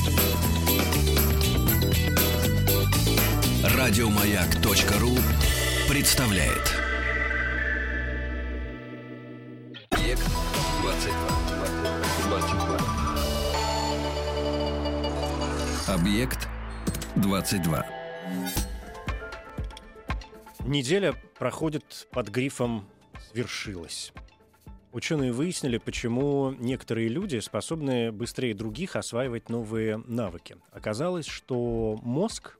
Радиомаяк.ру представляет. Объект 22. Объект 22. Неделя проходит под грифом «свершилось». Ученые выяснили, почему некоторые люди способны быстрее других осваивать новые навыки. Оказалось, что мозг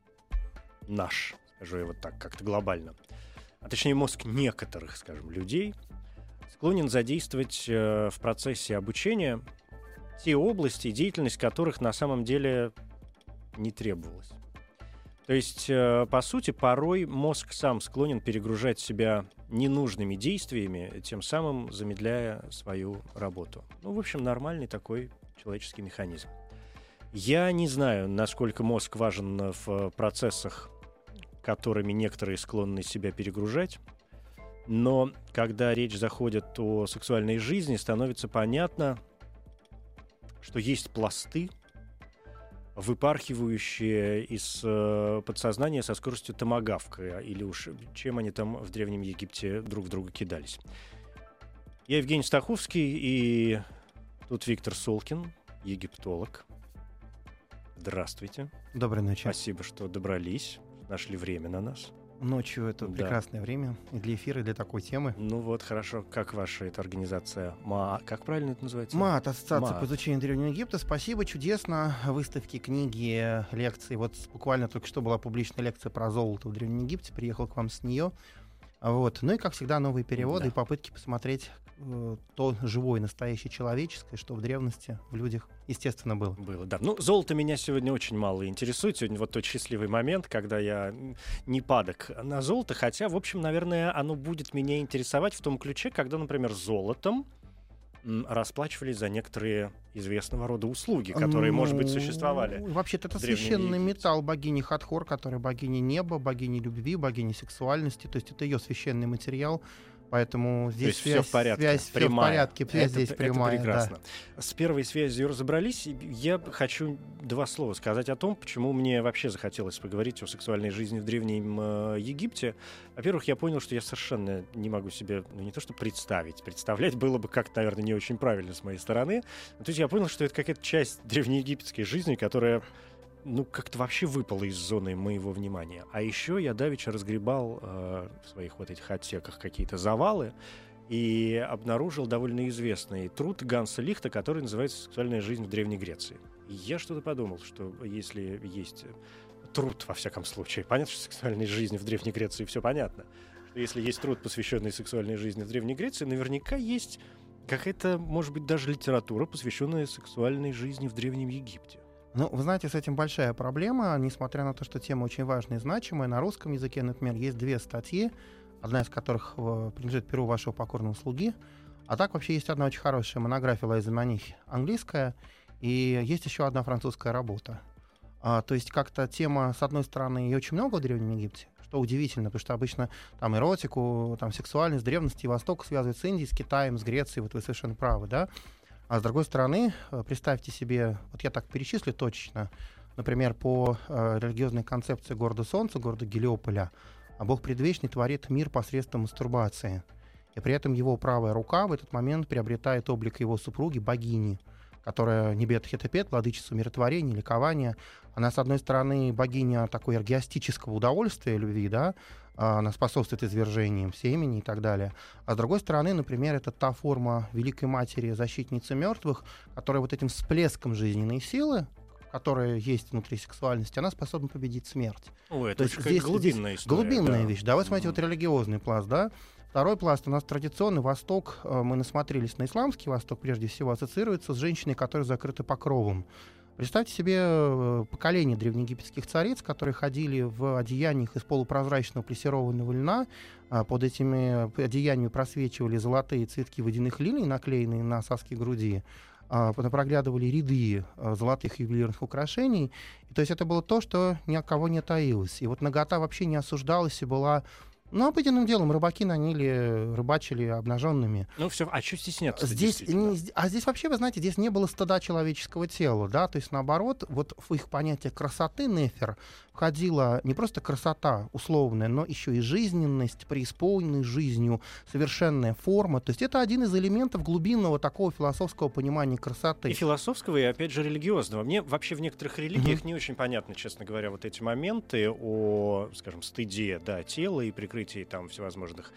наш, скажу я вот так, как-то глобально, а точнее мозг некоторых, скажем, людей, склонен задействовать в процессе обучения те области, деятельность которых на самом деле не требовалась. То есть, по сути, порой мозг сам склонен перегружать себя ненужными действиями, тем самым замедляя свою работу. Ну, в общем, нормальный такой человеческий механизм. Я не знаю, насколько мозг важен в процессах, которыми некоторые склонны себя перегружать, но когда речь заходит о сексуальной жизни, становится понятно, что есть пласты, выпархивающие из подсознания со скоростью томагавка, или уж чем они там в Древнем Египте друг в друга кидались. Я Евгений Стаховский, и тут Виктор Солкин, египтолог. Здравствуйте. Доброй ночи. Спасибо, что добрались, нашли время на нас. Ночью это прекрасное время и для эфира, и для такой темы. Ну вот, хорошо. Как ваша эта организация? Как правильно это называется? МААТ, Ассоциация по изучению Древнего Египта. Спасибо, чудесно. Выставки, книги, лекции. Вот буквально только что была публичная лекция про золото в Древнем Египте. Приехал к вам с нее. Вот. Ну и, как всегда, новые переводы и попытки посмотреть то живое, настоящее, человеческое, что в древности в людях, естественно, было. Было, да. Ну, золото меня сегодня очень мало интересует. Сегодня вот тот счастливый момент, когда я не падок на золото. Хотя, в общем, наверное, оно будет меня интересовать в том ключе, когда, например, золотом расплачивались за некоторые известного рода услуги, которые, может быть, существовали. Вообще-то это священный металл богини Хатхор, которая богиня неба, богини любви, богини сексуальности. То есть это ее священный материал. Поэтому здесь все в порядке. Связь в порядке, связь здесь прямая. Это прекрасно. Да. С первой связью разобрались. Я хочу два слова сказать о том, почему мне вообще захотелось поговорить о сексуальной жизни в Древнем Египте. Во-первых, я понял, что я совершенно не могу себе, не то что представить. Представлять было бы как-то, наверное, не очень правильно с моей стороны. То есть я понял, что это какая-то часть древнеегипетской жизни, которая как-то вообще выпало из зоны моего внимания. А еще я давеча разгребал в своих вот этих отсеках какие-то завалы и обнаружил довольно известный труд Ганса Лихта, который называется «Сексуальная жизнь в Древней Греции». И я что-то подумал, что если есть труд, во всяком случае, понятно, что сексуальной жизни в Древней Греции все понятно, что если есть труд, посвященный сексуальной жизни в Древней Греции, наверняка есть какая-то, может быть, даже литература, посвященная сексуальной жизни в Древнем Египте. Ну, вы знаете, с этим большая проблема, несмотря на то, что тема очень важная и значимая. На русском языке, например, есть две статьи, одна из которых принадлежит перу вашего покорного слуги, а так вообще есть одна очень хорошая монография Лоизы Манихи, английская, и есть еще одна французская работа. То есть как-то тема, с одной стороны, ее очень много в Древнем Египте, что удивительно, потому что обычно там эротику, там сексуальность, древности и Востока связывают с Индией, с Китаем, с Грецией, вот вы совершенно правы, да? А с другой стороны, представьте себе, вот я так перечислю точечно, например, по религиозной концепции города Солнца, города Гелиополя, Бог Предвечный творит мир посредством мастурбации. И при этом его правая рука в этот момент приобретает облик его супруги, богини, которая Небет-Хетепет, владычица умиротворения, ликования. Она, с одной стороны, богиня такой оргиастического удовольствия, любви, да, она способствует извержениям семени и так далее. А с другой стороны, например, это та форма Великой Матери, защитницы мертвых, которая вот этим всплеском жизненной силы, которая есть внутри сексуальности, она способна победить смерть. Ой, это очень глубинная история. Глубинная вещь. Да, вот смотрите, вот религиозный пласт, да. Второй пласт у нас традиционный Восток. Мы насмотрелись на исламский Восток, прежде всего, ассоциируется с женщиной, которая закрыта покровом. Представьте себе поколение древнеегипетских цариц, которые ходили в одеяниях из полупрозрачного плессированного льна. Под этими одеяниями просвечивали золотые цветки водяных лилий, наклеенные на соски груди. Проглядывали ряды золотых ювелирных украшений. И, то есть это было то, что ни от кого не таилось. И вот нагота вообще не осуждалась и была Ну, обыденным делом рыбаки на Ниле рыбачили обнаженными. Ну, все, а что стесняться? Здесь вообще, вы знаете, здесь не было стыда человеческого тела, да, то есть наоборот, вот в их понятие красоты нефер входила не просто красота условная, но еще и жизненность, преисполненность жизнью, совершенная форма, то есть это один из элементов глубинного такого философского понимания красоты. И философского, и, опять же, религиозного. Мне вообще в некоторых религиях не очень понятны, честно говоря, вот эти моменты о, скажем, стыде, да, тела и прикрытии там всевозможных,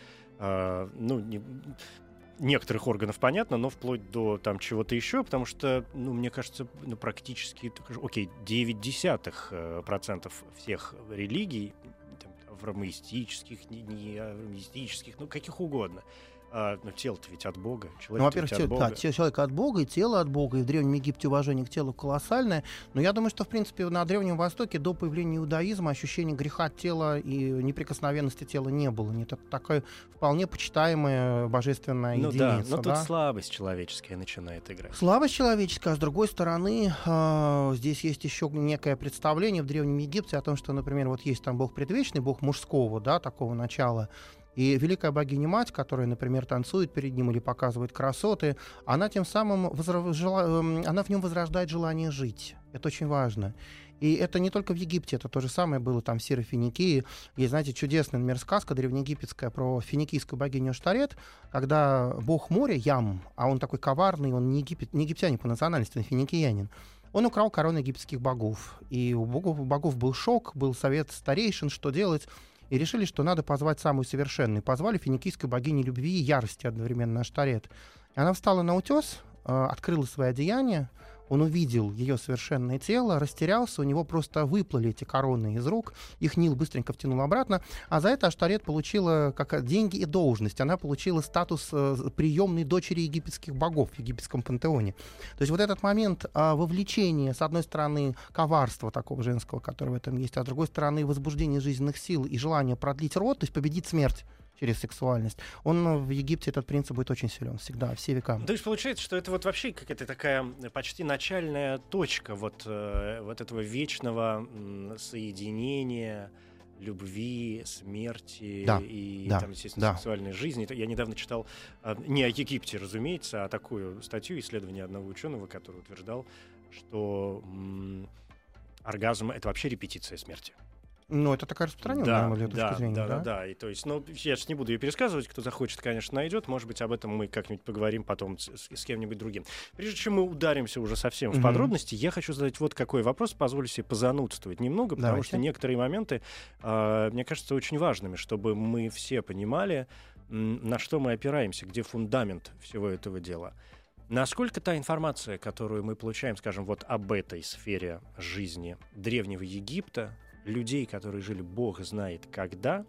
некоторых органов понятно, но вплоть до там чего-то еще, потому что, мне кажется, практически, 0,9% всех религий, авраамистических, не авраамистических, каких угодно, тело-то ведь от Бога. Во-первых, человек от Бога, и тело от Бога, и в Древнем Египте уважение к телу колоссальное. Но я думаю, что, в принципе, на Древнем Востоке до появления иудаизма ощущения греха тела и неприкосновенности тела не было. Это такая вполне почитаемая божественная единица. Но тут слабость человеческая начинает играть. Слабость человеческая, а с другой стороны, здесь есть еще некое представление в Древнем Египте о том, что, например, вот есть там бог предвечный, бог мужского, да, такого начала. И великая богиня-мать, которая, например, танцует перед ним или показывает красоты, она тем самым она в нем возрождает желание жить. Это очень важно. И это не только в Египте, это то же самое было там в Сиро-Финикии. Есть, знаете, чудесная, например, сказка древнеегипетская про финикийскую богиню Аштарет, когда бог моря, Ям, а он такой коварный, он не египтянин по национальности, он финикиянин, он украл корону египетских богов. И у богов был шок, был совет старейшин, что делать. И решили, что надо позвать самую совершенную. Позвали финикийскую богиню любви и ярости одновременно Аштарет. И она встала на утес, открыла свои одеяния, он увидел ее совершенное тело, растерялся, у него просто выплыли эти короны из рук, их Нил быстренько втянул обратно, а за это Аштарет получила деньги и должность. Она получила статус приемной дочери египетских богов в египетском пантеоне. То есть вот этот момент вовлечения, с одной стороны, коварства такого женского, которое в этом есть, а с другой стороны, возбуждение жизненных сил и желание продлить род, то есть победить смерть через сексуальность. Он в Египте, этот принцип будет очень силен всегда, все века. То есть получается, что это вот вообще какая-то такая почти начальная точка вот этого вечного соединения любви, смерти и там, естественно, сексуальной жизни. Я недавно читал не о Египте, разумеется, а такую статью, исследование одного ученого, который утверждал, что оргазм — это вообще репетиция смерти. Ну, это такая распространенная точка зрения. Да. И, то есть, я же не буду ее пересказывать. Кто захочет, конечно, найдет. Может быть, об этом мы как-нибудь поговорим потом с кем-нибудь другим. Прежде чем мы ударимся уже совсем в подробности, я хочу задать вот какой вопрос. Позволю себе позанудствовать немного, потому что некоторые моменты, мне кажется, очень важными, чтобы мы все понимали, на что мы опираемся, где фундамент всего этого дела. Насколько та информация, которую мы получаем, скажем, вот об этой сфере жизни Древнего Египта, людей, которые жили бог знает когда,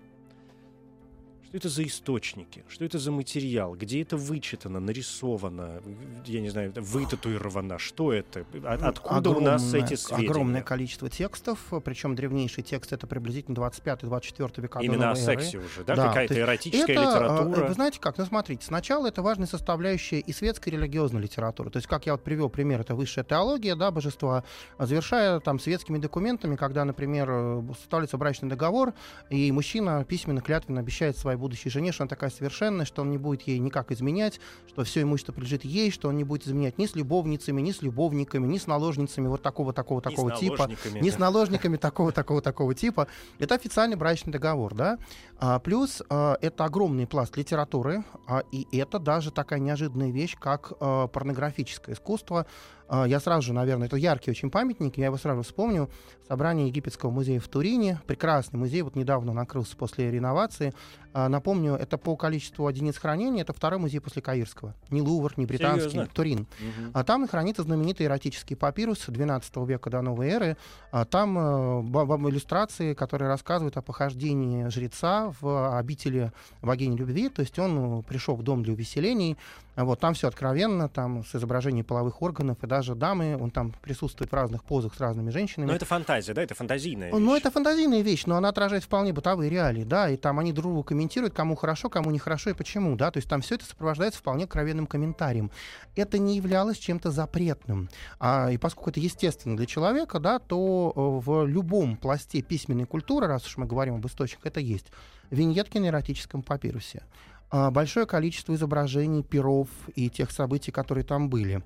что это за источники, что это за материал, где это вычитано, нарисовано, я не знаю, вытатуировано, что это, откуда у нас эти сведения? Огромное количество текстов, причем древнейший текст — это приблизительно 25-24 века до новой эры. Именно о сексе уже, да? Какая-то эротическая литература? Вы знаете как? Смотрите, сначала это важная составляющая и светской, и религиозной литературы. То есть, как я вот привел пример, это высшая теология, да, божества, завершая там светскими документами, когда, например, составляется брачный договор, и мужчина письменно, клятвенно обещает своей будущей жене, что она такая совершенная, что он не будет ей никак изменять, что все имущество прилежит ей, что он не будет изменять ни с любовницами, ни с любовниками, ни с наложницами вот такого типа, ни с наложниками такого типа. Это официальный брачный договор, да. Плюс это огромный пласт литературы, и это даже такая неожиданная вещь, как порнографическое искусство. Я сразу же, наверное, это яркий очень памятник, я его сразу вспомню. Собрание Египетского музея в Турине. Прекрасный музей, вот недавно он открылся после реновации. Напомню, это по количеству единиц хранения, это второй музей после Каирского. Не Лувр, не британский, Серьезно? Турин. Там и хранится знаменитый эротический папирус XII века до новой эры. Там иллюстрации, которые рассказывают о похождении жреца в обители богини любви, то есть он пришел в дом для увеселений. Вот, там все откровенно, там с изображением половых органов и даже дамы, он там присутствует в разных позах с разными женщинами. Но это фантазия, да, это фантазийная вещь. Ну, это фантазийная вещь, но она отражает вполне бытовые реалии, да, и там они друг другу комментируют, кому хорошо, кому нехорошо и почему, да, то есть там все это сопровождается вполне откровенным комментарием. Это не являлось чем-то запретным, и поскольку это естественно для человека, да, то в любом пласте письменной культуры, раз уж мы говорим об источниках, это есть виньетки на эротическом папирусе, большое количество изображений, перов и тех событий, которые там были.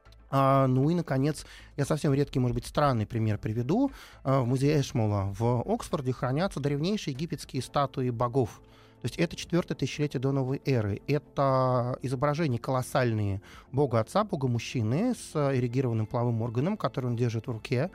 Ну и, наконец, я совсем редкий, может быть, странный пример приведу. В музее Эшмола в Оксфорде хранятся древнейшие египетские статуи богов. То есть это 4-е тысячелетие до новой эры. Это изображения колоссальные бога отца, бога мужчины с эрегированным половым органом, который он держит в руке,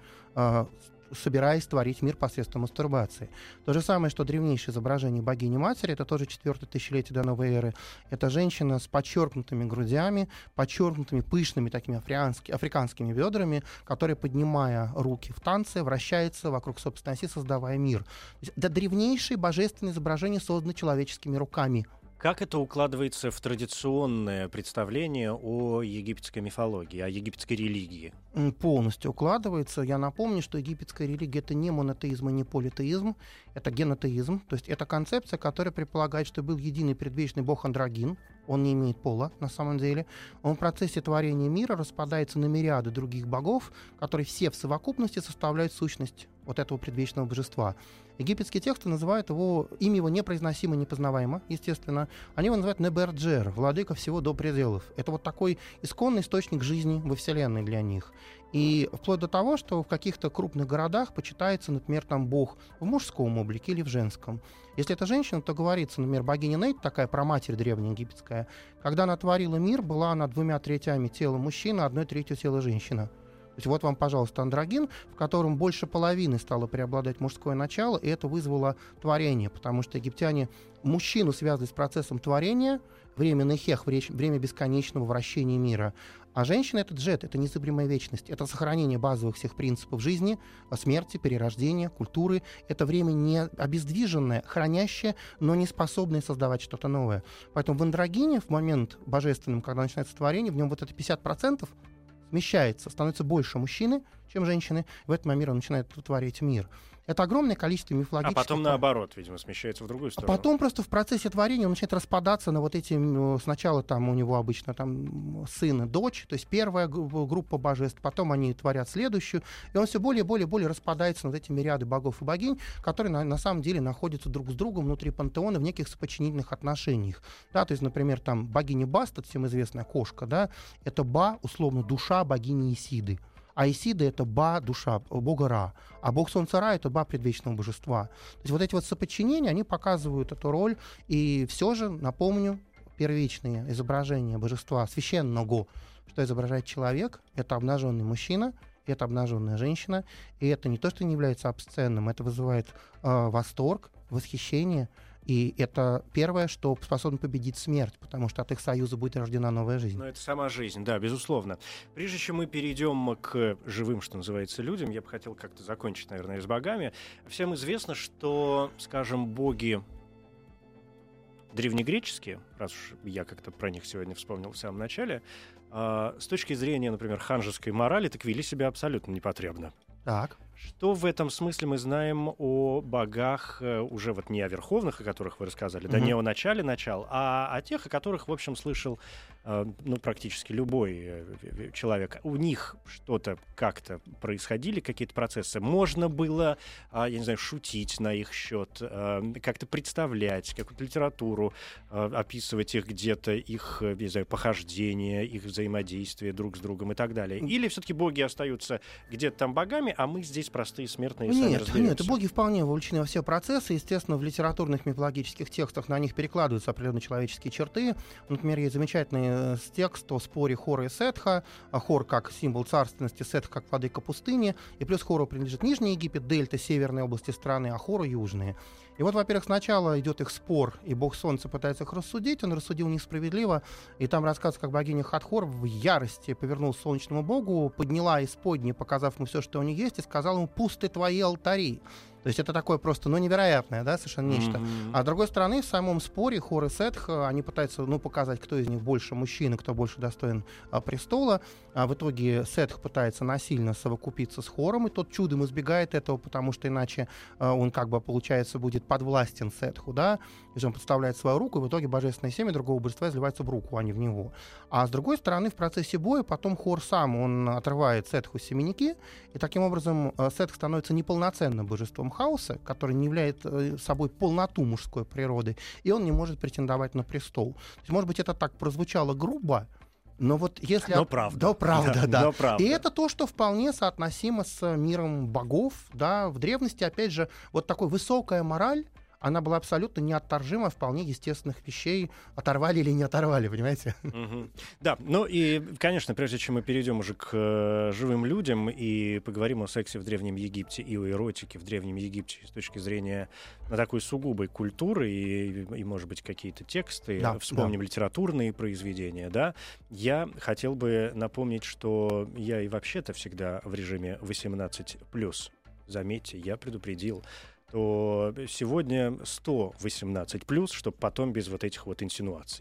собираясь творить мир посредством мастурбации. То же самое, что древнейшее изображение богини-матери, это тоже 4-е тысячелетие до новой эры. Это женщина с подчеркнутыми грудями, подчеркнутыми пышными такими африканскими бедрами, которая, поднимая руки в танце, вращается вокруг собственной оси, создавая мир. То есть это древнейшие божественные изображения, созданные человеческими руками. Как это укладывается в традиционное представление о египетской мифологии, о египетской религии? Полностью укладывается. Я напомню, что египетская религия — это не монотеизм и не политеизм, это генотеизм. То есть это концепция, которая предполагает, что был единый предвечный бог Андрогин. Он не имеет пола, на самом деле. Он в процессе творения мира распадается на мириады других богов, которые все в совокупности составляют сущность вот этого предвечного божества. Египетские тексты называют его, имя его непроизносимо, непознаваемо, естественно. Они его называют Неберджер, владыка всего до пределов. Это вот такой исконный источник жизни во Вселенной для них. И вплоть до того, что в каких-то крупных городах почитается, например, там бог в мужском облике или в женском. Если это женщина, то говорится, например, богиня Нейт, такая праматерь древнеегипетская, когда она творила мир, была она 2/3 тела мужчины, 1/3 тела женщины. То есть вот вам, пожалуйста, андрогин, в котором больше половины стало преобладать мужское начало, и это вызвало творение, потому что египтяне мужчину связывали с процессом творения, время нехех, время бесконечного вращения мира. А женщина — это джет, это незыблемая вечность, это сохранение базовых всех принципов жизни, смерти, перерождения, культуры. Это время не обездвиженное, хранящее, но не способное создавать что-то новое. Поэтому в андрогине, в момент божественном, когда начинается творение, в нем вот это 50% смещается, становится больше мужчины, чем женщины. В этот момент он начинает творить мир. Это огромное количество мифологических... А потом наоборот, видимо, смещается в другую сторону. А потом просто в процессе творения он начинает распадаться на вот эти... Сначала там у него обычно там сын и дочь, то есть первая группа божеств, потом они творят следующую, и он все более и более распадается на вот эти мириады богов и богинь, которые на самом деле находятся друг с другом внутри пантеона в неких соподчинительных отношениях. Да, то есть, например, там богиня Баст, это всем известная кошка, да, это Ба, условно, душа богини Исиды. А Исида — это Ба, душа бога Ра. А бог солнца Ра — это Ба, предвечного божества. То есть вот эти вот соподчинения, они показывают эту роль. И все же, напомню, первичные изображения божества священного, что изображает человек, это обнаженный мужчина, это обнаженная женщина. И это не то, что не является обсценным, это вызывает восторг, восхищение. И это первое, что способно победить смерть, потому что от их союза будет рождена новая жизнь. Но это сама жизнь, да, безусловно. Прежде чем мы перейдем к живым, что называется, людям, я бы хотел как-то закончить, наверное, с богами. Всем известно, что, скажем, боги древнегреческие, раз уж я как-то про них сегодня вспомнил в самом начале, с точки зрения, например, ханжеской морали, так вели себя абсолютно непотребно. Так. Что в этом смысле мы знаем о богах, уже вот не о верховных, о которых вы рассказали, да, не о начале начал, а о тех, о которых, в общем, слышал практически любой человек. У них что-то как-то происходили, какие-то процессы. Можно было, я не знаю, шутить на их счет, как-то представлять, какую-то литературу, описывать их где-то, их, не знаю, похождения, их взаимодействие друг с другом и так далее. Или все-таки боги остаются где-то там богами, а мы здесь простые смертные сами разберемся. Нет, боги вполне вовлечены во все процессы. Естественно, в литературных мифологических текстах на них перекладываются определенные человеческие черты. Например, есть замечательный текст о споре Хора и Сетха. Хор как символ царственности, Сетх как владыка пустыни. И плюс Хору принадлежит Нижний Египет, дельта, северные области страны, а Хору — южные. И вот, во-первых, сначала идет их спор, и бог солнца пытается их рассудить. Он рассудил несправедливо. И там рассказывается, как богиня Хатхор в ярости повернулась к солнечному богу, подняла исподнее, показав ему все, что у нее есть, и сказала ему: «Пусты твои алтари». То есть это такое просто, невероятное, да, совершенно нечто. А с другой стороны, в самом споре Хор и Сетх, они пытаются, показать, кто из них больше мужчина, кто больше достоин престола. В итоге Сетх пытается насильно совокупиться с Хором, и тот чудом избегает этого, потому что иначе он, получается, будет подвластен Сетху, да, то есть он подставляет свою руку, и в итоге божественное семя другого божества изливается в руку, а не в него. А с другой стороны, в процессе боя потом Хор сам, он отрывает Сетху семенники, и таким образом Сетх становится неполноценным божеством хаоса, который не является собой полноту мужской природы, и он не может претендовать на престол. То есть, может быть, это так прозвучало грубо, но вот если... Но правда. Да. Но правда. И это то, что вполне соотносимо с миром богов. Да. В древности, опять же, вот такая высокая мораль, она была абсолютно неотторжима, вполне естественных вещей. Оторвали или не оторвали, понимаете? Да, и, конечно, прежде чем мы перейдем уже к живым людям и поговорим о сексе в Древнем Египте и о эротике в Древнем Египте с точки зрения такой сугубой культуры и может быть, какие-то тексты, вспомним литературные произведения, да, я хотел бы напомнить, что я и вообще-то всегда в режиме 18+. Заметьте, я предупредил, то сегодня 118+, чтобы потом без вот этих вот инсинуаций.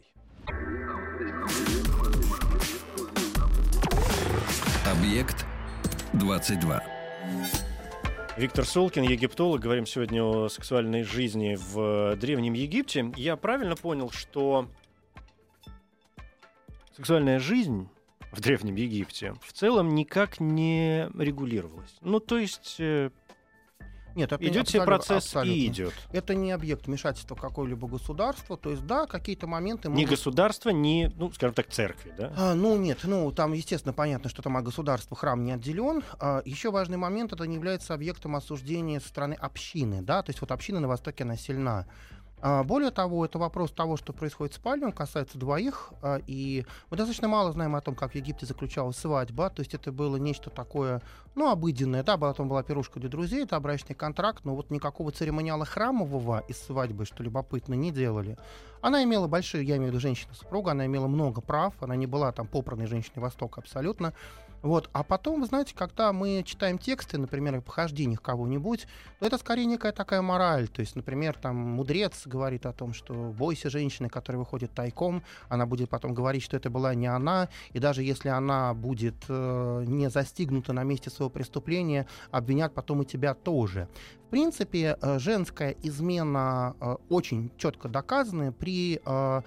Объект 22. Виктор Солкин, египтолог. Говорим сегодня о сексуальной жизни в Древнем Египте. Я правильно понял, что сексуальная жизнь в Древнем Египте в целом никак не регулировалась? То есть... Нет, это идет себе процесс абсолютно. И идет. Это не объект вмешательства какого-либо государства. То есть, да, какие-то моменты... Ни государства, ни, скажем так, церкви, да? Нет. Там, естественно, понятно, что там от государства храм не отделен. Еще важный момент, это не является объектом осуждения со стороны общины, да, то есть вот община на Востоке, она сильна. Более того, это вопрос того, что происходит в спальне, он касается двоих, и мы достаточно мало знаем о том, как в Египте заключалась свадьба, то есть это было нечто такое, обыденное, да, потом была пирушка для друзей, это брачный контракт, но вот никакого церемониала храмового из свадьбы, что любопытно, не делали. Она имела большие, я имею в виду женщина-супруга, она имела много прав, она не была там попранной женщиной Востока абсолютно. Вот. А потом, вы знаете, когда мы читаем тексты, например, о похождениях кого-нибудь, то это скорее некая такая мораль. То есть, например, там мудрец говорит о том, что бойся женщины, которая выходит тайком, она будет потом говорить, что это была не она, и даже если она будет не застигнута на месте своего преступления, обвинят потом и тебя тоже. В принципе, женская измена очень четко доказанная при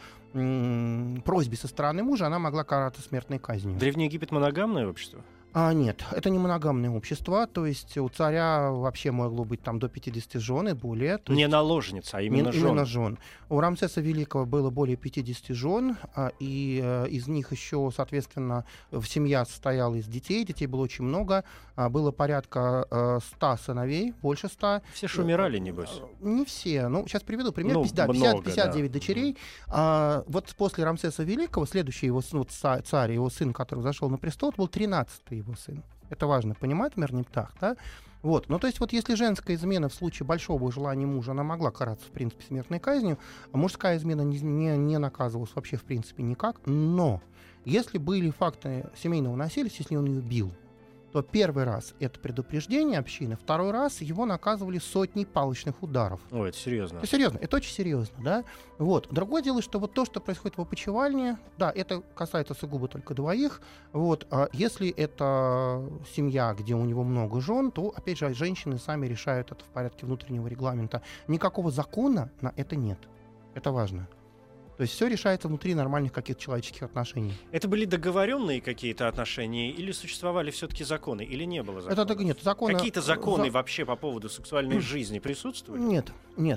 просьбе со стороны мужа, она могла караться смертной казнью. Древний Египет моногамное общество? Нет, это не моногамное общество, то есть у царя вообще могло быть там до 50 жен и более. Не наложниц, а именно жен. Именно жен. У Рамсеса Великого было более 50 жен, и из них еще, соответственно, семья состояла из детей было очень много, было порядка 100 сыновей, больше 100. Все шумерали, небось? Не все, сейчас приведу пример, 59 дочерей. Вот после Рамсеса Великого, следующий его царь, его сын, который зашел на престол, был 13-й его сын. Это важно понимать, Мерниптах, да? Вот. То есть, если женская измена в случае большого желания мужа, она могла караться, в принципе, смертной казнью, а мужская измена не наказывалась вообще, в принципе, никак. Но если были факты семейного насилия, если он ее бил, то первый раз это предупреждение общины, второй раз его наказывали сотней палочных ударов. Это серьезно. Это серьезно, это очень серьезно, да. Вот. Другое дело, что то, что происходит в опочивальне, да, это касается сугубо только двоих. Вот. А если это семья, где у него много жен, то, опять же, женщины сами решают это в порядке внутреннего регламента. Никакого закона на это нет. Это важно. То есть все решается внутри нормальных каких-то человеческих отношений. Это были договоренные какие-то отношения или существовали все-таки законы, или не было законов? Нет, законы... Какие-то законы вообще по поводу сексуальной жизни присутствуют? Нет.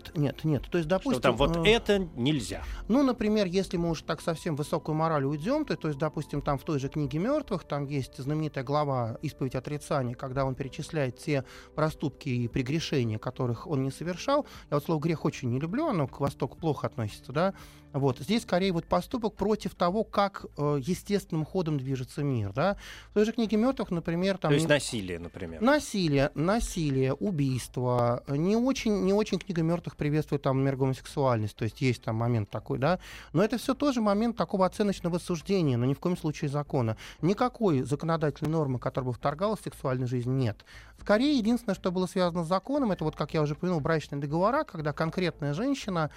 То есть, допустим... Что там это нельзя? Например, если мы уж так совсем в высокую мораль уйдем, то есть, допустим, там в той же книге мертвых, там есть знаменитая глава «Исповедь отрицания», когда он перечисляет те проступки и прегрешения, которых он не совершал. Я слово «грех» очень не люблю, оно к Востоку плохо относится, да. Вот. Здесь скорее вот поступок против того, как естественным ходом движется мир. Да? В той же книге мертвых, например... Там То есть насилие, например. Насилие, убийство. Не очень книга мертвых приветствует там, например, гомосексуальность. То есть есть там момент такой, да. Но это все тоже момент такого оценочного суждения, но ни в коем случае закона. Никакой законодательной нормы, которая бы вторгалась в сексуальную жизнь, нет. Скорее, единственное, что было связано с законом, это вот, как я уже упомянул, брачные договора, когда конкретная женщина,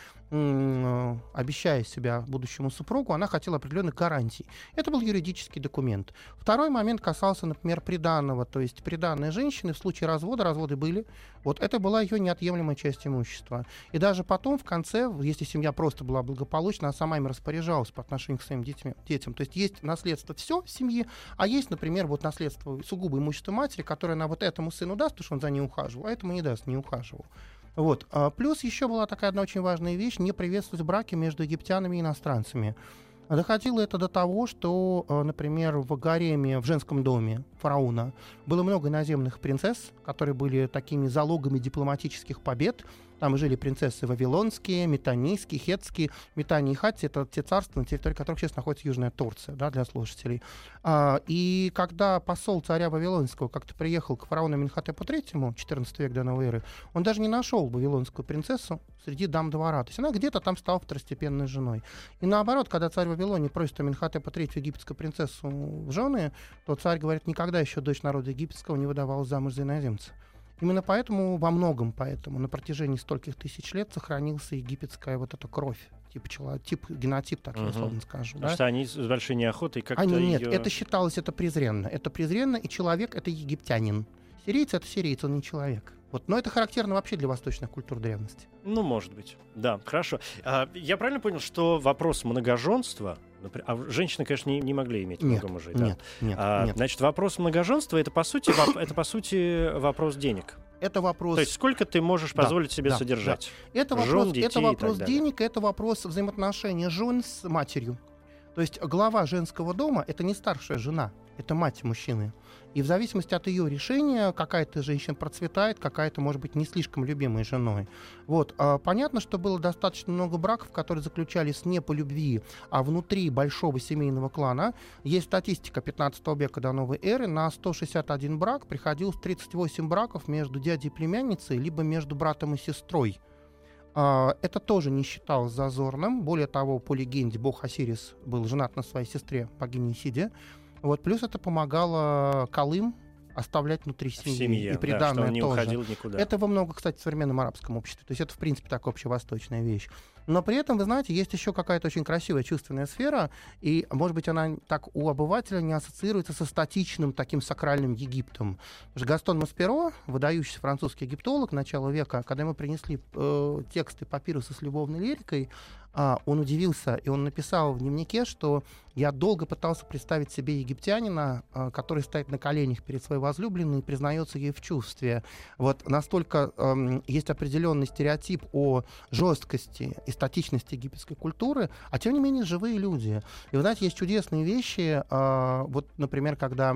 обещая себя будущему супругу, она хотела определенных гарантий. Это был юридический документ. Второй момент касался, например, приданого, то есть приданной женщины в случае развода, разводы были, вот это была ее неотъемлемая часть имущества. И даже потом, в конце, если семья просто была благополучна, она сама им распоряжалась по отношению к своим детям. То есть есть наследство все в семье, а есть, например, вот наследство сугубо имущество матери, которое она вот этому сыну даст, потому что он за ней ухаживал, а этому не даст, не ухаживал. Вот. Плюс еще была такая одна очень важная вещь: не приветствовать браки между египтянами и иностранцами. Доходило это до того, что, например, в гареме, в женском доме фараона было много иноземных принцесс, которые были такими залогами дипломатических побед. Там жили принцессы вавилонские, метанийские, хеттские. Метания и Хатти — это те царства, на территории которых сейчас находится Южная Турция, да, для слушателей. И когда посол царя Вавилонского как-то приехал к фараону Аминхотепу III, 14 век до новой эры, он даже не нашел вавилонскую принцессу среди дам двора. То есть она где-то там стала второстепенной женой. И наоборот, когда царь Вавилония просит Аминхотепа III египетскую принцессу в жены, то царь говорит: никогда еще дочь народа египетского не выдавалась замуж за иноземца. Именно поэтому, во многом поэтому, на протяжении стольких тысяч лет сохранился египетская вот эта кровь, генотип, так я условно скажу. Потому что они с большой неохотой как-то Нет, её... это считалось, это презренно. Это презренно, и человек — это египтянин. Сирийцы — это сирийцы, он не человек. Вот. Но это характерно вообще для восточных культур древности. Ну, может быть. Да, хорошо. Я правильно понял, что вопрос многоженства... женщины, конечно, не могли иметь много мужей. Нет, да? Нет. Значит, вопрос многоженства — это, по сути, вопрос денег. Это вопрос... То есть сколько ты можешь позволить себе содержать? Да. Это вопрос денег, это вопрос взаимоотношения жен с матерью. То есть глава женского дома — это не старшая жена, это мать мужчины. И в зависимости от ее решения какая-то женщина процветает, какая-то, может быть, не слишком любимой женой. Вот. Понятно, что было достаточно много браков, которые заключались не по любви, а внутри большого семейного клана. Есть статистика 15 века до новой эры. На 161 брак приходилось 38 браков между дядей и племянницей, либо между братом и сестрой. Это тоже не считалось зазорным. Более того, по легенде, бог Осирис был женат на своей сестре, богине Исиде. Вот, плюс это помогало Колым оставлять внутри семьи. И приданое, да, что он не тоже. Уходил никуда. Это во много, кстати, в современном арабском обществе. То есть это, в принципе, такая общевосточная вещь. Но при этом, вы знаете, есть еще какая-то очень красивая чувственная сфера, и, может быть, она так у обывателя не ассоциируется со статичным таким сакральным Египтом. Потому что Гастон Масперо, выдающийся французский египтолог начала века, когда ему принесли тексты папируса с любовной лирикой, он удивился, и он написал в дневнике, что я долго пытался представить себе египтянина, который стоит на коленях перед своей возлюбленной и признается ей в чувстве. Вот настолько есть определенный стереотип о жесткости и статичности египетской культуры, а тем не менее живые люди. И вы знаете, есть чудесные вещи, вот, например, когда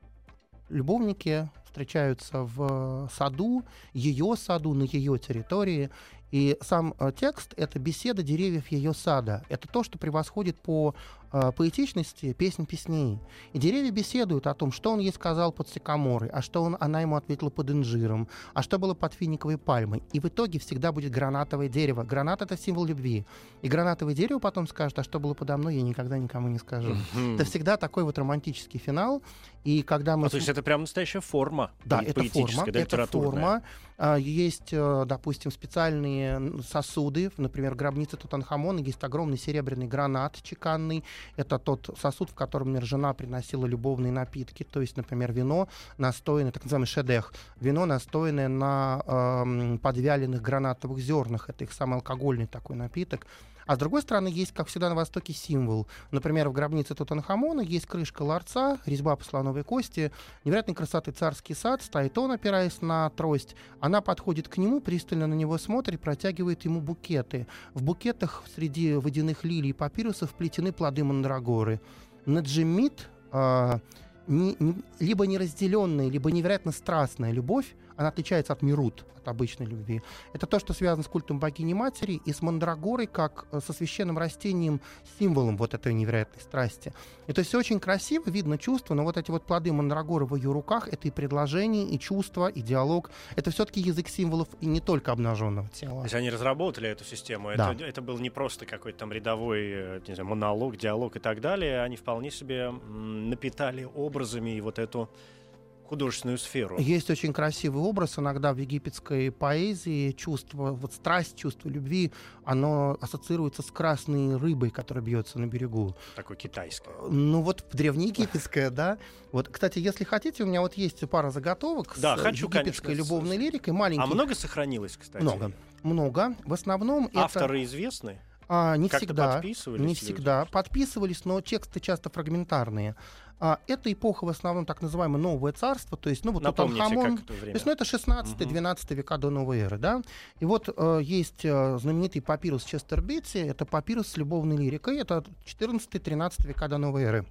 любовники встречаются в саду, ее саду, на ее территории. И сам текст — это беседа деревьев ее сада. Это то, что превосходит по поэтичности песнь песней. И деревья беседуют о том, что он ей сказал под сикаморой, а что она ему ответила под инжиром, а что было под финиковой пальмой. И в итоге всегда будет гранатовое дерево. Гранат — это символ любви. И гранатовое дерево потом скажет: а что было подо мной, я никогда никому не скажу. Это всегда такой вот романтический финал. И когда мы... то есть это прям настоящая форма. Да, это форма. Это форма. Есть, допустим, специальные сосуды. Например, в гробнице Тутанхамона есть огромный серебряный гранат чеканный. Это тот сосуд, в котором, например, жена приносила любовные напитки. То есть, например, вино, настоянное, так называемый шедех. Вино, настоянное на подвяленных гранатовых зернах. Это их самый алкогольный такой напиток. А с другой стороны, есть, как всегда, на Востоке символ. Например, в гробнице Тутанхамона есть крышка ларца, резьба по слоновой кости, невероятной красоты царский сад, стоит он, опираясь на трость. Она подходит к нему, пристально на него смотрит, протягивает ему букеты. В букетах среди водяных лилий и папирусов вплетены плоды мандрагоры. Наджимит либо неразделенная, либо невероятно страстная любовь, она отличается от мирут, от обычной любви. Это то, что связано с культом богини-матери и с мандрагорой, как со священным растением, символом вот этой невероятной страсти. И то есть все очень красиво, видно чувство, но вот эти вот плоды мандрагоры в ее руках — это и предложение, и чувство, и диалог. Это все-таки язык символов и не только обнаженного тела. То есть они разработали эту систему. Да. Это был не просто какой-то там рядовой, не знаю, монолог, диалог и так далее. Они вполне себе напитали образами и вот эту художественную сферу. Есть очень красивый образ иногда в египетской поэзии. Чувство, вот страсть, чувство любви, оно ассоциируется с красной рыбой, которая бьется на берегу. Такое китайское. Ну вот древнеегипетское, да. Вот, кстати, если хотите, у меня вот есть пара заготовок с египетской любовной лирикой. Маленькие. А много сохранилось, кстати? Много. В основном авторы известны? Не как-то всегда. подписывались? Не всегда. Подписывались, но тексты часто фрагментарные. Это эпоха в основном так называемое Новое Царство, то есть, вот Тутанхамон, то есть, это 16-12 века до новой эры, да. И вот есть знаменитый папирус Честер-Битси, это папирус с любовной лирикой, это 14-13 века до новой эры.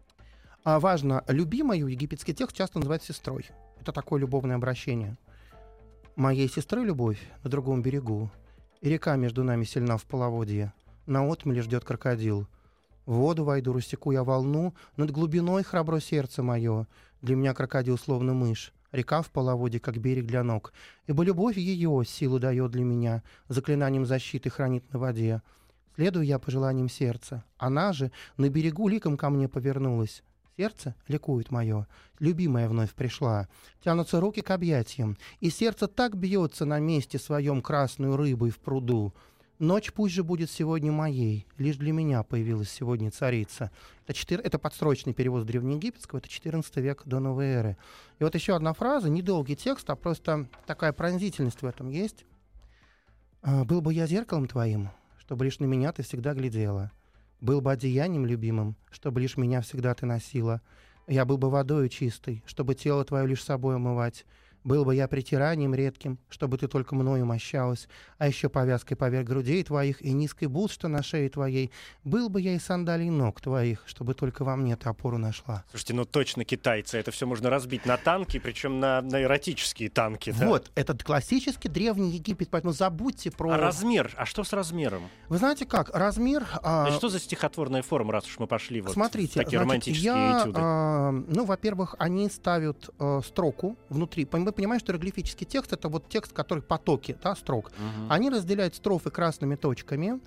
Важно, любимую египетский текст часто называют сестрой. Это такое любовное обращение. Моей сестры любовь на другом берегу, и река между нами сильна в половодье, на отмеле ждет крокодил. В воду войду, рассеку я волну, над глубиной храбро сердце мое. Для меня крокодил словно мышь, река в половодье, как берег для ног. Ибо любовь ее силу дает для меня, заклинанием защиты хранит на воде. Следую я пожеланиям сердца, она же на берегу ликом ко мне повернулась. Сердце ликует мое, любимая вновь пришла. Тянутся руки к объятиям, и сердце так бьется на месте своем красную рыбой в пруду. Ночь пусть же будет сегодня моей, лишь для меня появилась сегодня царица. Это подстрочный перевод с древнеегипетского, это 14 век до новой эры. И вот еще одна фраза, недолгий текст, а просто такая пронзительность в этом есть. «Был бы я зеркалом твоим, чтобы лишь на меня ты всегда глядела. Был бы одеянием любимым, чтобы лишь меня всегда ты носила. Я был бы водою чистой, чтобы тело твое лишь собой омывать. Был бы я притиранием редким, чтобы ты только мною мощалась, а еще повязкой поверх грудей твоих и низкой бут, что на шее твоей. Был бы я и сандалий ног твоих, чтобы только во мне ты опору нашла». Слушайте, точно китайцы. Это все можно разбить на танки, причем на эротические танки. Да? Вот, этот классический древний Египет, поэтому забудьте про... А размер? А что с размером? Вы знаете как? Размер... Что за стихотворная форма, раз уж мы пошли Смотрите, в такие романтические этюды? Во-первых, они ставят строку внутри. Вы понимаете, что иероглифический текст — это вот текст, который потоки, да, строк. Они разделяют строфы красными точками.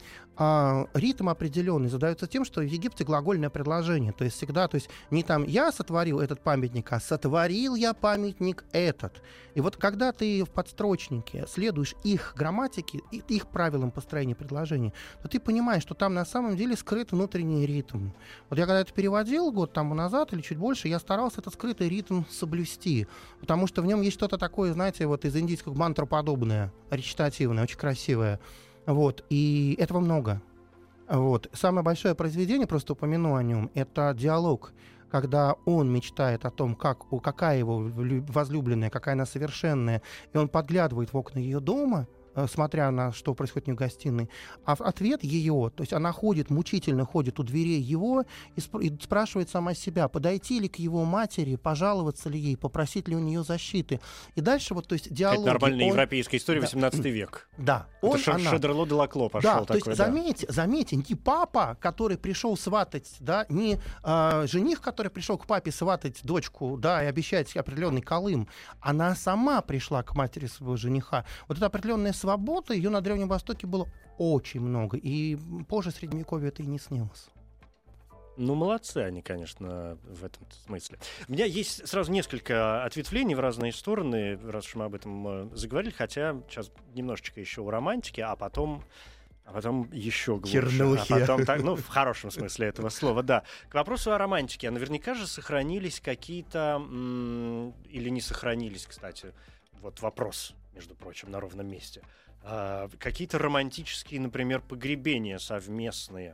Ритм определенный задается тем, что в Египте глагольное предложение. То есть всегда, то есть не там «я сотворил этот памятник», а «сотворил я памятник этот». И вот когда ты в подстрочнике следуешь их грамматике, их правилам построения предложений, то ты понимаешь, что там на самом деле скрыт внутренний ритм. Вот я когда это переводил год тому назад или чуть больше, я старался этот скрытый ритм соблюсти, потому что в нем есть что-то такое, знаете, вот из индийского мантроподобное, речитативное, очень красивое. Вот, и этого много. Вот. Самое большое произведение, просто упомяну о нем, это диалог, когда он мечтает о том, какая его возлюбленная, какая она совершенная, и он подглядывает в окна ее дома, смотря на что происходит у нее в гостиной, а ответ ее, то есть она мучительно ходит у дверей его и спрашивает сама себя, подойти ли к его матери, пожаловаться ли ей, попросить ли у нее защиты. И дальше вот, то есть диалоги... Это нормальная европейская история, 18 век. Да. Это Шедерло де Лакло пошел такой. То есть заметьте, не папа, который пришел сватать, да, не жених, который пришел к папе сватать дочку, да, и обещать определенный колым, она сама пришла к матери своего жениха. Вот эта определенная свобода, ее на Древнем Востоке было очень много, и позже Средневековье это и не снилось. Молодцы они, конечно, в этом смысле. У меня есть сразу несколько ответвлений в разные стороны, раз уж мы об этом заговорили, хотя сейчас немножечко еще о романтике, а потом еще глубже. Чернухи. А потом, в хорошем смысле этого слова, да. К вопросу о романтике. А наверняка же сохранились какие-то, или не сохранились, кстати, вот вопрос, между прочим, на ровном месте. Какие-то романтические, например, погребения совместные.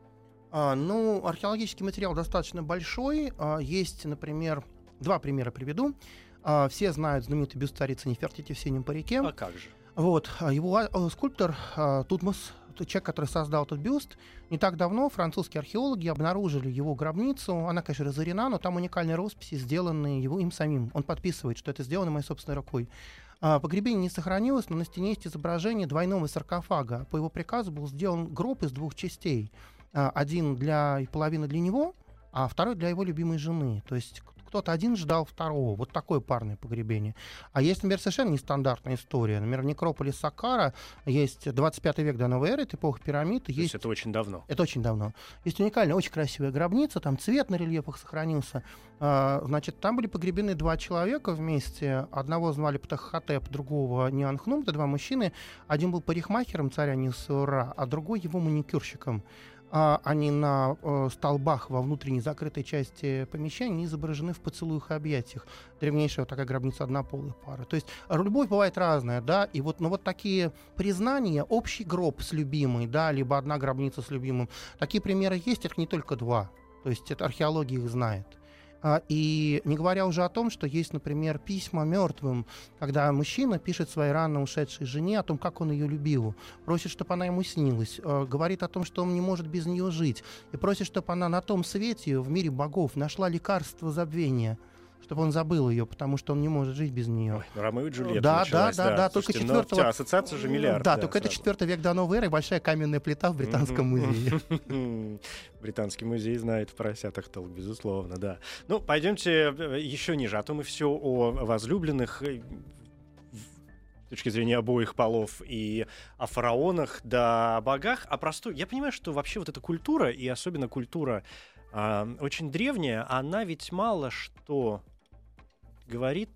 Археологический материал достаточно большой. Есть, например, два примера приведу. Все знают знаменитый бюст царицы Нефертити в синем парике. А как же? Вот. Его скульптор Тутмос человек, который создал этот бюст, не так давно французские археологи обнаружили его гробницу. Она, конечно, разорена, но там уникальные росписи, сделанные им самим. Он подписывает, что это сделано моей собственной рукой. Погребение не сохранилось, но на стене есть изображение двойного саркофага. По его приказу был сделан гроб из 2 частей. Один для половины для него, а второй для его любимой жены. То есть кто-то один ждал второго. Вот такое парное погребение. А есть, например, совершенно нестандартная история. Например, в некрополе Саккара есть 25 век до новой эры, это эпоха пирамид. То есть это очень давно. Это очень давно. Есть уникальная, очень красивая гробница, там цвет на рельефах сохранился. Значит, там были погребены 2 человека вместе. Одного звали Птаххотеп, другого Нианхнум. Это 2 мужчины. Один был парикмахером царя Нисура, а другой его маникюрщиком. Они на столбах во внутренней закрытой части помещения изображены в поцелуях и объятиях. Древнейшая вот такая гробница однополой пары. То есть любовь бывает разная, да, и вот, но вот такие признания, общий гроб с любимой, да, либо одна гробница с любимым, такие примеры есть, их не только 2. То есть это археология их знает. И не говоря уже о том, что есть, например, письма мертвым, когда мужчина пишет своей рано ушедшей жене о том, как он ее любил, просит, чтобы она ему снилась, говорит о том, что он не может без нее жить, и просит, чтобы она на том свете, в мире богов, нашла лекарство забвения, чтобы он забыл ее, потому что он не может жить без нее. Ой, Ромео и Джульетта да, началась, да, только слушайте, 4-го... ассоциация же миллиард. Да, только это 4 век до новой эры, большая каменная плита в Британском музее. Британский музей знает в поросятах толк, безусловно, да. Ну, пойдемте еще ниже, а то мы все о возлюбленных с точки зрения обоих полов и о фараонах, да о богах, а простой. Я понимаю, что вообще вот эта культура, и особенно культура очень древняя, она ведь мало что говорит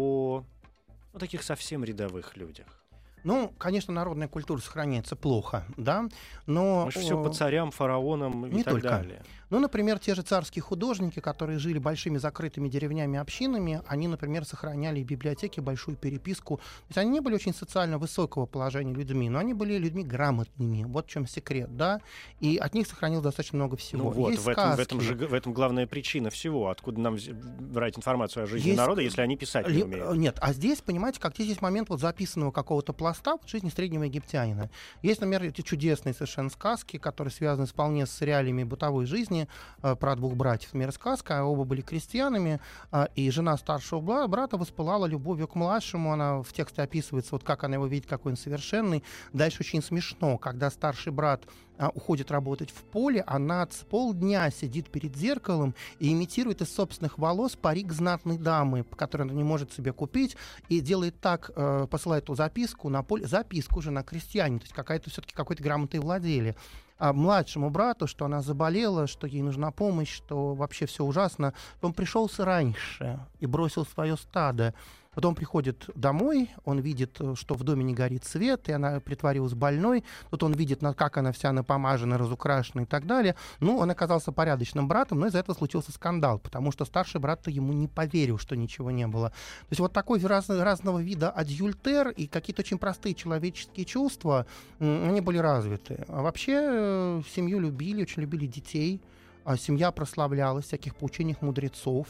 о таких совсем рядовых людях. Ну, конечно, народная культура сохраняется плохо, да, но... Может, все по царям, фараонам и так далее. Ну, например, те же царские художники, которые жили большими закрытыми деревнями, общинами, они, например, сохраняли в библиотеке большую переписку. То есть они не были очень социально высокого положения людьми, но они были людьми грамотными. Вот в чем секрет, да. И от них сохранилось достаточно много всего. Ну вот, есть в этом главная причина всего. Откуда нам брать информацию о жизни народа, если они писать не умеют? Нет, а здесь, понимаете, как здесь есть момент вот записанного какого-то пласта в жизни среднего египтянина. Есть, например, эти чудесные совершенно сказки, которые связаны вполне с реалиями бытовой жизни, про 2 братьев. Например, сказка, оба были крестьянами, и жена старшего брата воспылала любовью к младшему. Она в тексте описывается, вот как она его видит, какой он совершенный. Дальше очень смешно, когда старший брат уходит работать в поле, она полдня сидит перед зеркалом и имитирует из собственных волос парик знатной дамы, которую она не может себе купить, и делает так, посылает эту записку на поле, записку жена крестьянина, то есть все-таки какой-то грамотой владели. А младшему брату, что она заболела, что ей нужна помощь, что вообще все ужасно. Он пришелся раньше и бросил свое стадо. Потом приходит домой, он видит, что в доме не горит свет, и она притворилась больной. Тут он видит, как она вся напомажена, разукрашена и так далее. Ну, он оказался порядочным братом, но из-за этого случился скандал, потому что старший брат-то ему не поверил, что ничего не было. То есть вот такой разного вида адюльтер и какие-то очень простые человеческие чувства, они были развиты. А вообще семью любили, очень любили детей. Семья прославлялась в всяких поучениях мудрецов.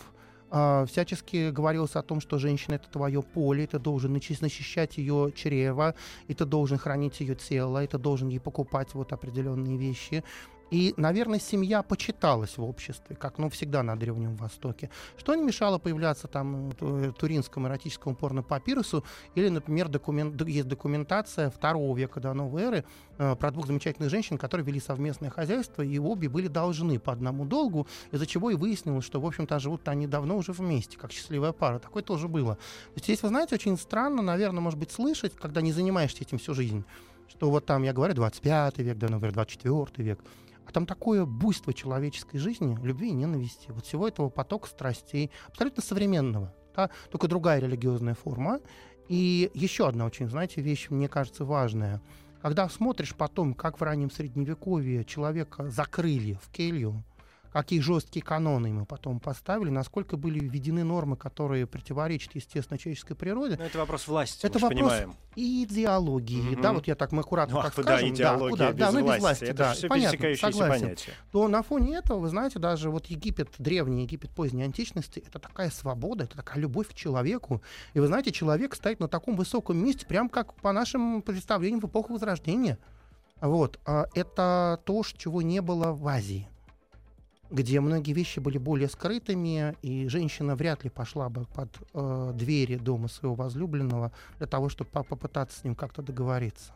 Всячески говорилось о том, что женщина — это твое поле, ты должен защищать ее чрево, и ты должен хранить ее тело, и ты должен ей покупать вот определенные вещи. И, наверное, семья почиталась в обществе, как, всегда на Древнем Востоке. Что не мешало появляться там туринскому эротическому порно-папирусу, или, например, есть документация II века до новой эры про 2 замечательных женщин, которые вели совместное хозяйство, и обе были должны по одному долгу, из-за чего и выяснилось, что, в общем-то, живут они давно уже вместе, как счастливая пара. Такое тоже было. То есть здесь, вы знаете, очень странно, наверное, может быть, слышать, когда не занимаешься этим всю жизнь, что вот там, я говорю, 25 век до новой эры, 24 век, а там такое буйство человеческой жизни, любви и ненависти, вот всего этого потока страстей, абсолютно современного, да, только другая религиозная форма. И еще одна очень, знаете, вещь, мне кажется, важная. Когда смотришь потом, как в раннем Средневековье человека закрыли в келью, какие жесткие каноны ему потом поставили, насколько были введены нормы, которые противоречат, естественно, человеческой природе. Но это вопрос власти, это мы вопрос понимаем. И идеологии, да, вот мы аккуратно так скажем. Идеология без власти. Это да, все понятно, пересекающиеся согласен. понятия. То на фоне этого, вы знаете, даже вот Египет, древний Египет поздней античности, это такая свобода, это такая любовь к человеку. И вы знаете, человек стоит на таком высоком месте, прям как по нашим представлениям в эпоху Возрождения. Вот. Это то, чего не было в Азии, где многие вещи были более скрытыми, и женщина вряд ли пошла бы под двери дома своего возлюбленного для того, чтобы попытаться с ним как-то договориться.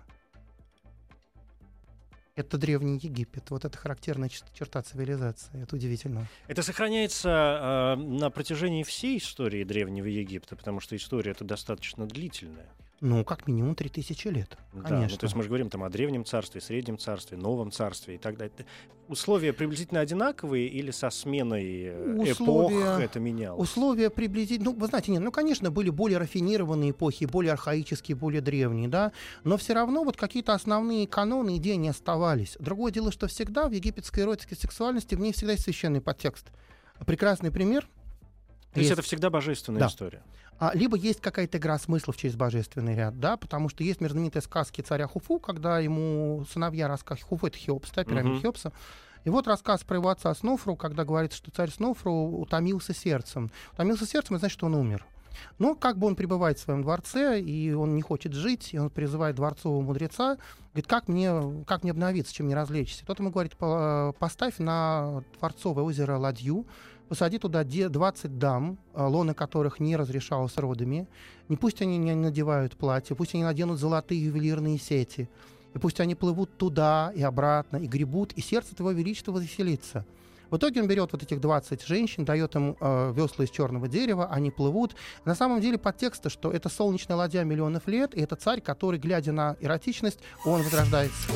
Это Древний Египет. Вот это характерная черта цивилизации. Это удивительно. Это сохраняется на протяжении всей истории Древнего Египта, потому что история это достаточно длительная. Ну, как минимум 3000 лет. Да, Конечно. ну, то есть мы же говорим там о Древнем царстве, Среднем царстве, Новом царстве и так далее. Условия приблизительно одинаковые или со сменой эпох это менялось? Условия приблизительно... Ну, вы знаете, нет, ну, конечно, были более рафинированные эпохи, более архаические, более древние, да, но все равно вот какие-то основные каноны, идеи не оставались. Другое дело, что всегда в египетской эротике сексуальности в ней всегда есть священный подтекст. Прекрасный пример. То есть это всегда божественная история? Либо есть какая-то игра смыслов через божественный ряд, да, потому что есть знаменитые сказки царя Хуфу, когда ему сыновья рассказывают, Хуфу — это Хеопс, да, пирамида Хеопса. И вот рассказ про его отца Снофру, когда говорится, что царь Снофру утомился сердцем. Утомился сердцем, это значит, что он умер. Но как бы он пребывает в своем дворце, и он не хочет жить, и он призывает дворцового мудреца, говорит, как мне обновиться, чем мне развлечься. Тот ему говорит, поставь на дворцовое озеро ладью, посади туда 20 дам, лоны которых не разрешалось родами. Не пусть они не надевают платья, пусть они наденут золотые ювелирные сети. И пусть они плывут туда и обратно, и гребут, и сердце твоего величества возвеселится. В итоге он берет вот этих 20 женщин, дает им весла из черного дерева, они плывут. На самом деле подтекст, что это солнечная ладья миллионов лет, и это царь, который, глядя на эротичность, он возрождается.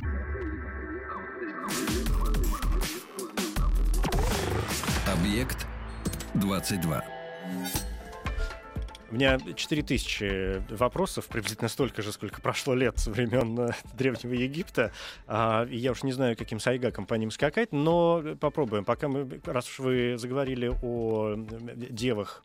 Объект 22. У меня 4000 вопросов, приблизительно столько же, сколько прошло лет со времен Древнего Египта. Я уж не знаю, каким сайгаком по ним скакать, но попробуем. Раз уж вы заговорили о девах,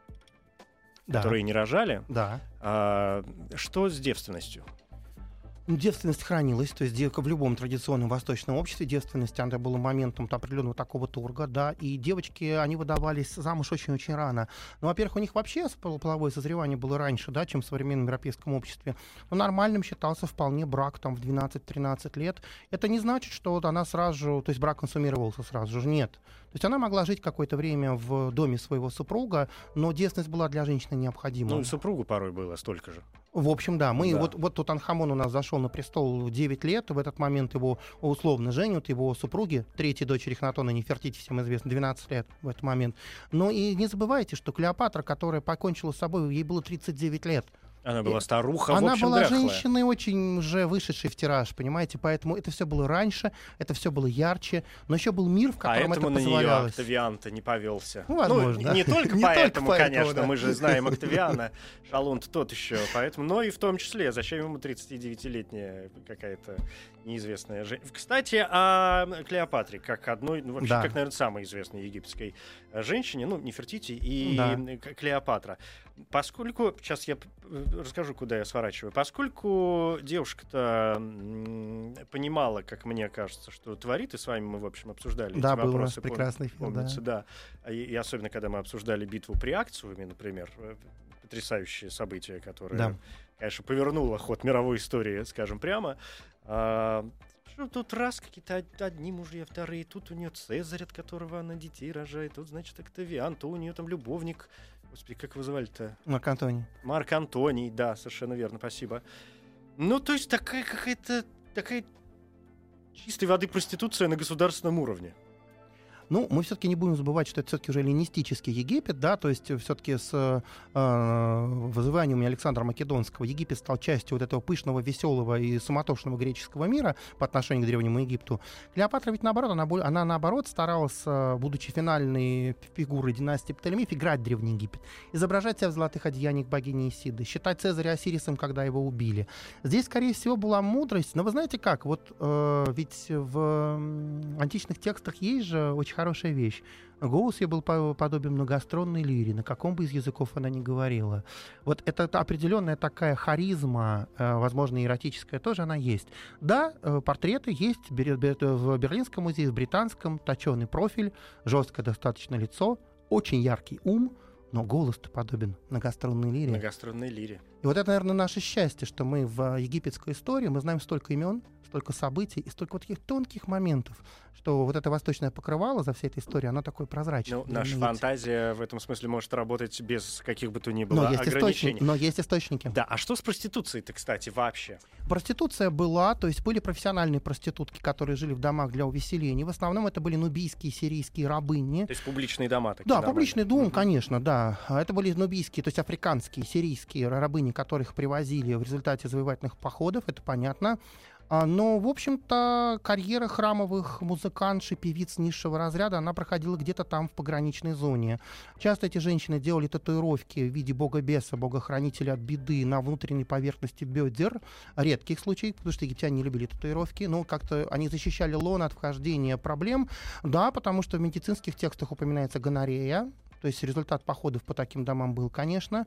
которые не рожали, что с девственностью? Девственность хранилась, то есть в любом традиционном восточном обществе девственность, она была моментом определенного такого торга, да, и девочки, они выдавались замуж очень-очень рано. Ну, во-первых, у них вообще половое созревание было раньше, да, чем в современном европейском обществе. Но нормальным считался вполне брак там в 12-13 лет. Это не значит, что вот она сразу же, то есть брак консумировался сразу же, нет. То есть она могла жить какое-то время в доме своего супруга, но девственность была для женщины необходима. Ну, и супругу порой было столько же. В общем, да. Вот Тутанхамон у нас зашел на престол в 9 лет. В этот момент его условно женят. Его супруги, третьей дочери Эхнатона, Нефертити, всем известно, 12 лет в этот момент. Но и не забывайте, что Клеопатра, которая покончила с собой, ей было 39 лет. Она была старуха, она в общем, была дряхлая. Женщиной очень уже вышедшей в тираж, понимаете, поэтому это все было раньше, это все было ярче, но еще был мир, в котором это позволялось. На нее Октавиан-то не повелся. Ну, возможно. Не только поэтому, конечно, мы же знаем Октавиана, шалун-то тот еще, поэтому, но и в том числе, зачем ему 39-летняя какая-то неизвестная женщина. Кстати, о Клеопатре, как одной, вообще, как, наверное, самой известной египетской женщине, Нефертити и Клеопатра. Поскольку, сейчас я расскажу, куда я сворачиваю, поскольку девушка-то понимала, как мне кажется, что творит, и с вами мы, в общем, обсуждали эти вопросы. Да, был у нас прекрасный фильм, помнится, да. И особенно, когда мы обсуждали битву при Акциуме, например, потрясающее событие, которое, конечно, повернуло ход мировой истории, скажем прямо. Что тут раз какие-то одни мужья, вторые, тут у нее Цезарь, от которого она детей рожает, тут, значит, Октавиан, то у нее там любовник. Господи, как его звали-то? Марк Антоний. Марк Антоний, да, совершенно верно, спасибо. Ну, то есть такая чистой воды проституция на государственном уровне. Ну, мы все-таки не будем забывать, что это все-таки уже эллинистический Египет, да, то есть все-таки с вызыванием Александра Македонского Египет стал частью вот этого пышного, веселого и суматошного греческого мира по отношению к Древнему Египту. Клеопатра ведь наоборот, она наоборот старалась, будучи финальной фигурой династии Птолемеев, играть Древний Египет, изображать себя в золотых одеяниях богини Исиды, считать Цезаря Осирисом, когда его убили. Здесь, скорее всего, была мудрость, но вы знаете как, вот ведь в античных текстах есть же очень хорошая вещь. Голос ее был подобен многострунной лире, на каком бы из языков она ни говорила. Вот это определенная такая харизма, возможно, эротическая, тоже она есть. Да, портреты есть в Берлинском музее, в Британском, точеный профиль, жесткое достаточно лицо, очень яркий ум, но голос-то подобен многострунной лире. Многострунной лире. И вот это, наверное, наше счастье, что мы в египетской истории, мы знаем столько имен, столько событий и столько вот таких тонких моментов, что вот это восточное покрывало за всей этой историей, оно такое прозрачное. Ну, наша фантазия в этом смысле может работать без каких бы то ни было но есть ограничений. Но есть источники. Да, а что с проституцией-то, кстати, вообще? Проституция была, то есть были профессиональные проститутки, которые жили в домах для увеселения. В основном это были нубийские, сирийские рабыни. То есть публичные дома такие? Да, нормальные. публичный дом, конечно, да. Это были нубийские, то есть африканские, сирийские рабыни, которых привозили в результате завоевательных походов, это понятно. Но, в общем-то, карьера храмовых музыкантш и певиц низшего разряда, она проходила где-то там в пограничной зоне. Часто эти женщины делали татуировки в виде бога-беса, бога-хранителя от беды на внутренней поверхности бедер. Редких случаев, потому что египтяне не любили татуировки, но как-то они защищали лон от вхождения проблем. Да, потому что в медицинских текстах упоминается гонорея. То есть результат походов по таким домам был, конечно.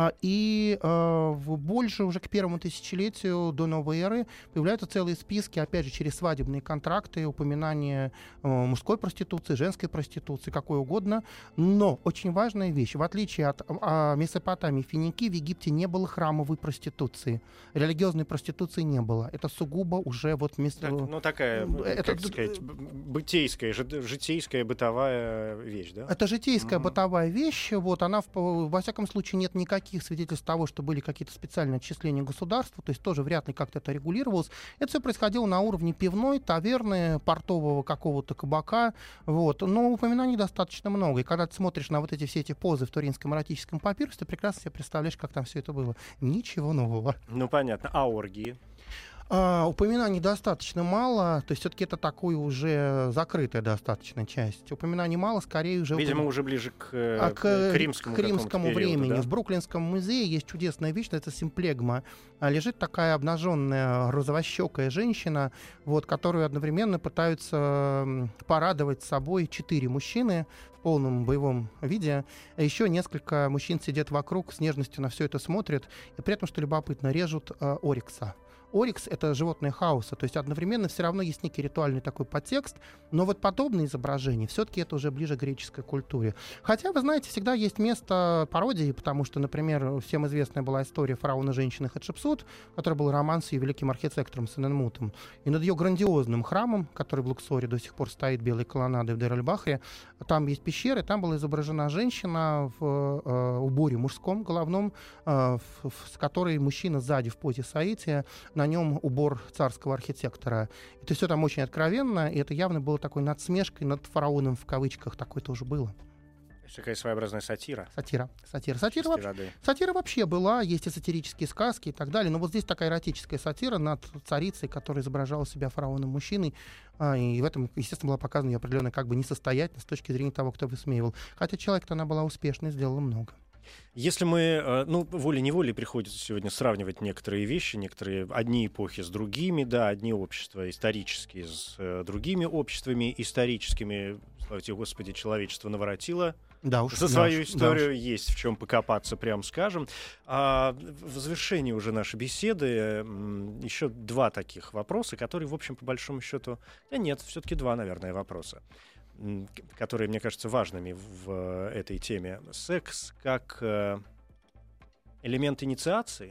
И больше уже к первому тысячелетию до новой эры появляются целые списки, опять же, через свадебные контракты, упоминания мужской проституции, женской проституции, какой угодно. Но очень важная вещь. В отличие от Месопотамии и Финикии, в Египте не было храмовой проституции. Религиозной проституции не было. Это сугубо уже вот... Ну, такая, как сказать, бытейская, житейская, бытовая вещь, да? Это житейская, бытовая вещь, вот, она, во всяком случае, нет никаких свидетельств того, что были какие-то специальные отчисления государства, то есть тоже вряд ли как-то это регулировалось. Это все происходило на уровне пивной, таверны, портового какого-то кабака, вот, но упоминаний достаточно много, и когда ты смотришь на вот эти все эти позы в Туринском эротическом папирусе, ты прекрасно себе представляешь, как там все это было. Ничего нового. Ну, понятно. А оргии? Упоминаний достаточно мало, то есть все-таки это такой уже закрытая достаточно часть. Упоминаний мало, скорее уже... Видимо, уже ближе к римскому времени. Периоду, да? В Бруклинском музее есть чудесная вещь, это симплегма. Лежит такая обнаженная розовощекая женщина, вот, которую одновременно пытаются порадовать собой 4 мужчины в полном боевом виде. Еще несколько мужчин сидят вокруг, с нежностью на все это смотрят, и при этом, что любопытно, режут орикса. Орикс — это животное хаоса, то есть одновременно все равно есть некий ритуальный такой подтекст, но вот подобные изображения все-таки это уже ближе к греческой культуре. Хотя, вы знаете, всегда есть место пародии, потому что, например, всем известная была история фараона-женщины Хатшепсут, который был роман с ее великим архитектором Сененмутом. И над ее грандиозным храмом, который в Луксоре до сих пор стоит белой колоннадой в Дер-эль-Бахре, там есть пещера, и там была изображена женщина в уборе мужском, головном, с которой мужчина сзади в позе соития, на нем убор царского архитектора. Это все там очень откровенно, и это явно было такой надсмешкой над фараоном в кавычках. Такое тоже было. Такая своеобразная сатира. Сатира вообще была, есть и сатирические сказки и так далее, но вот здесь такая эротическая сатира над царицей, которая изображала себя фараоном-мужчиной, и в этом, естественно, была показана ее определенная как бы несостоятельность с точки зрения того, кто высмеивал. Хотя человек-то она была успешной, сделала много. Если мы, волей-неволей приходится сегодня сравнивать некоторые вещи, одни эпохи с другими, да, одни общества исторические с другими обществами историческими, слава тебе, Господи, человечество наворотило. Да уж, за свою историю есть в чем покопаться, прям скажем. В завершении уже нашей беседы еще 2 таких вопроса, которые, в общем, по большому счету... Нет, все-таки 2, наверное, вопроса, которые, мне кажется, важными в этой теме. Секс как элемент инициации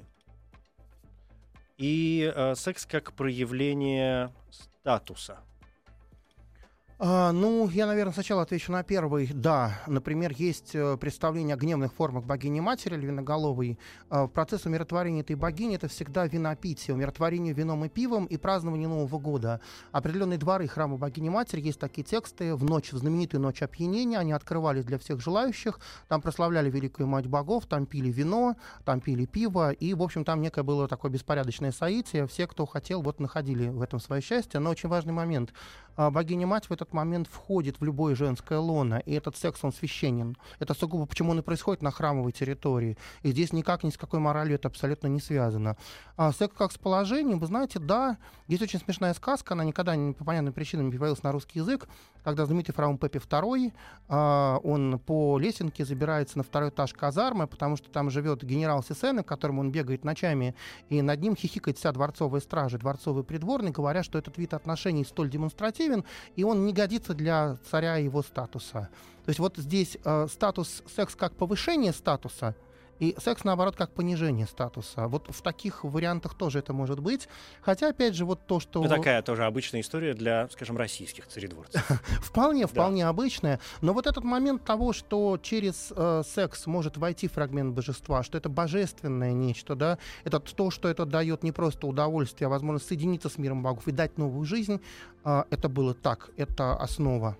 и секс как проявление статуса. Я, наверное, сначала отвечу на первый. Да, например, есть представление о гневных формах богини-матери Львиноголовой. Процесс умиротворения этой богини — это всегда винопитие, умиротворение вином и пивом и празднование Нового года. Определенные дворы храма богини-матери, есть такие тексты, в знаменитую ночь опьянения, они открывались для всех желающих, там прославляли великую мать богов, там пили вино, там пили пиво, и, в общем, там некое было такое беспорядочное соитие, все, кто хотел, вот находили в этом свое счастье. Но очень важный момент. Богиня-мать в этот момент входит в любое женское лоно, и этот секс, он священен. Это сугубо почему он и происходит на храмовой территории. И здесь никак ни с какой моралью это абсолютно не связано. Секс как с положением, вы знаете, да, есть очень смешная сказка, она никогда по понятным причинам не переводилась на русский язык, когда знаменитый фараон Пепе II, он по лесенке забирается на 2-й этаж казармы, потому что там живет генерал Сисена, к которому он бегает ночами, и над ним хихикает вся дворцовая стража, дворцовый придворный, говоря, что этот вид отношений столь демонстративен, и он не годится для царя и его статуса. То есть вот здесь статус, секс как повышение статуса, И секс, наоборот, как понижение статуса. Вот в таких вариантах тоже это может быть. Хотя, опять же, вот то, что... Ну, такая тоже обычная история для, скажем, российских царедворцев. Вполне обычная. Но вот этот момент того, что через секс может войти фрагмент божества, что это божественное нечто, да, это то, что это дает не просто удовольствие, а возможность соединиться с миром богов и дать новую жизнь, это было так, это основа.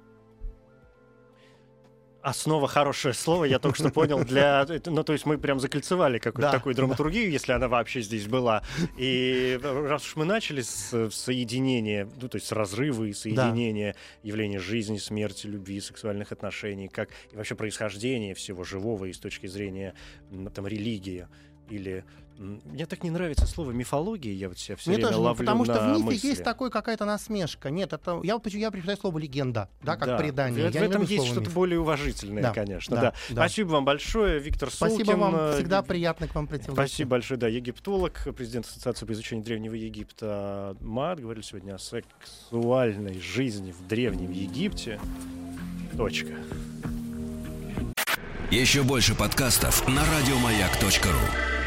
Основа — хорошее слово, я только что понял, ну, то есть мы прям закольцевали какую-то такую драматургию, если она вообще здесь была. И раз уж мы начали с соединения, ну, то есть с разрыва и соединения явления жизни, смерти, любви, сексуальных отношений, как и вообще происхождения всего живого и с точки зрения там религии или... Мне так не нравится слово мифология, я вот себя все время ловлю на мысли. Потому что в мифе есть такой какая-то насмешка. Нет, это я предпочитаю слово легенда, да, как предание. В этом есть что-то более уважительное, конечно. Да. Спасибо вам большое, Виктор Сулкин. Спасибо вам, всегда приятно к вам прийти. Спасибо большое, да, египтолог, президент Ассоциации по изучению Древнего Египта МАД. Говорили сегодня о сексуальной жизни в Древнем Египте. Точка. Еще больше подкастов на радиомаяк.ру.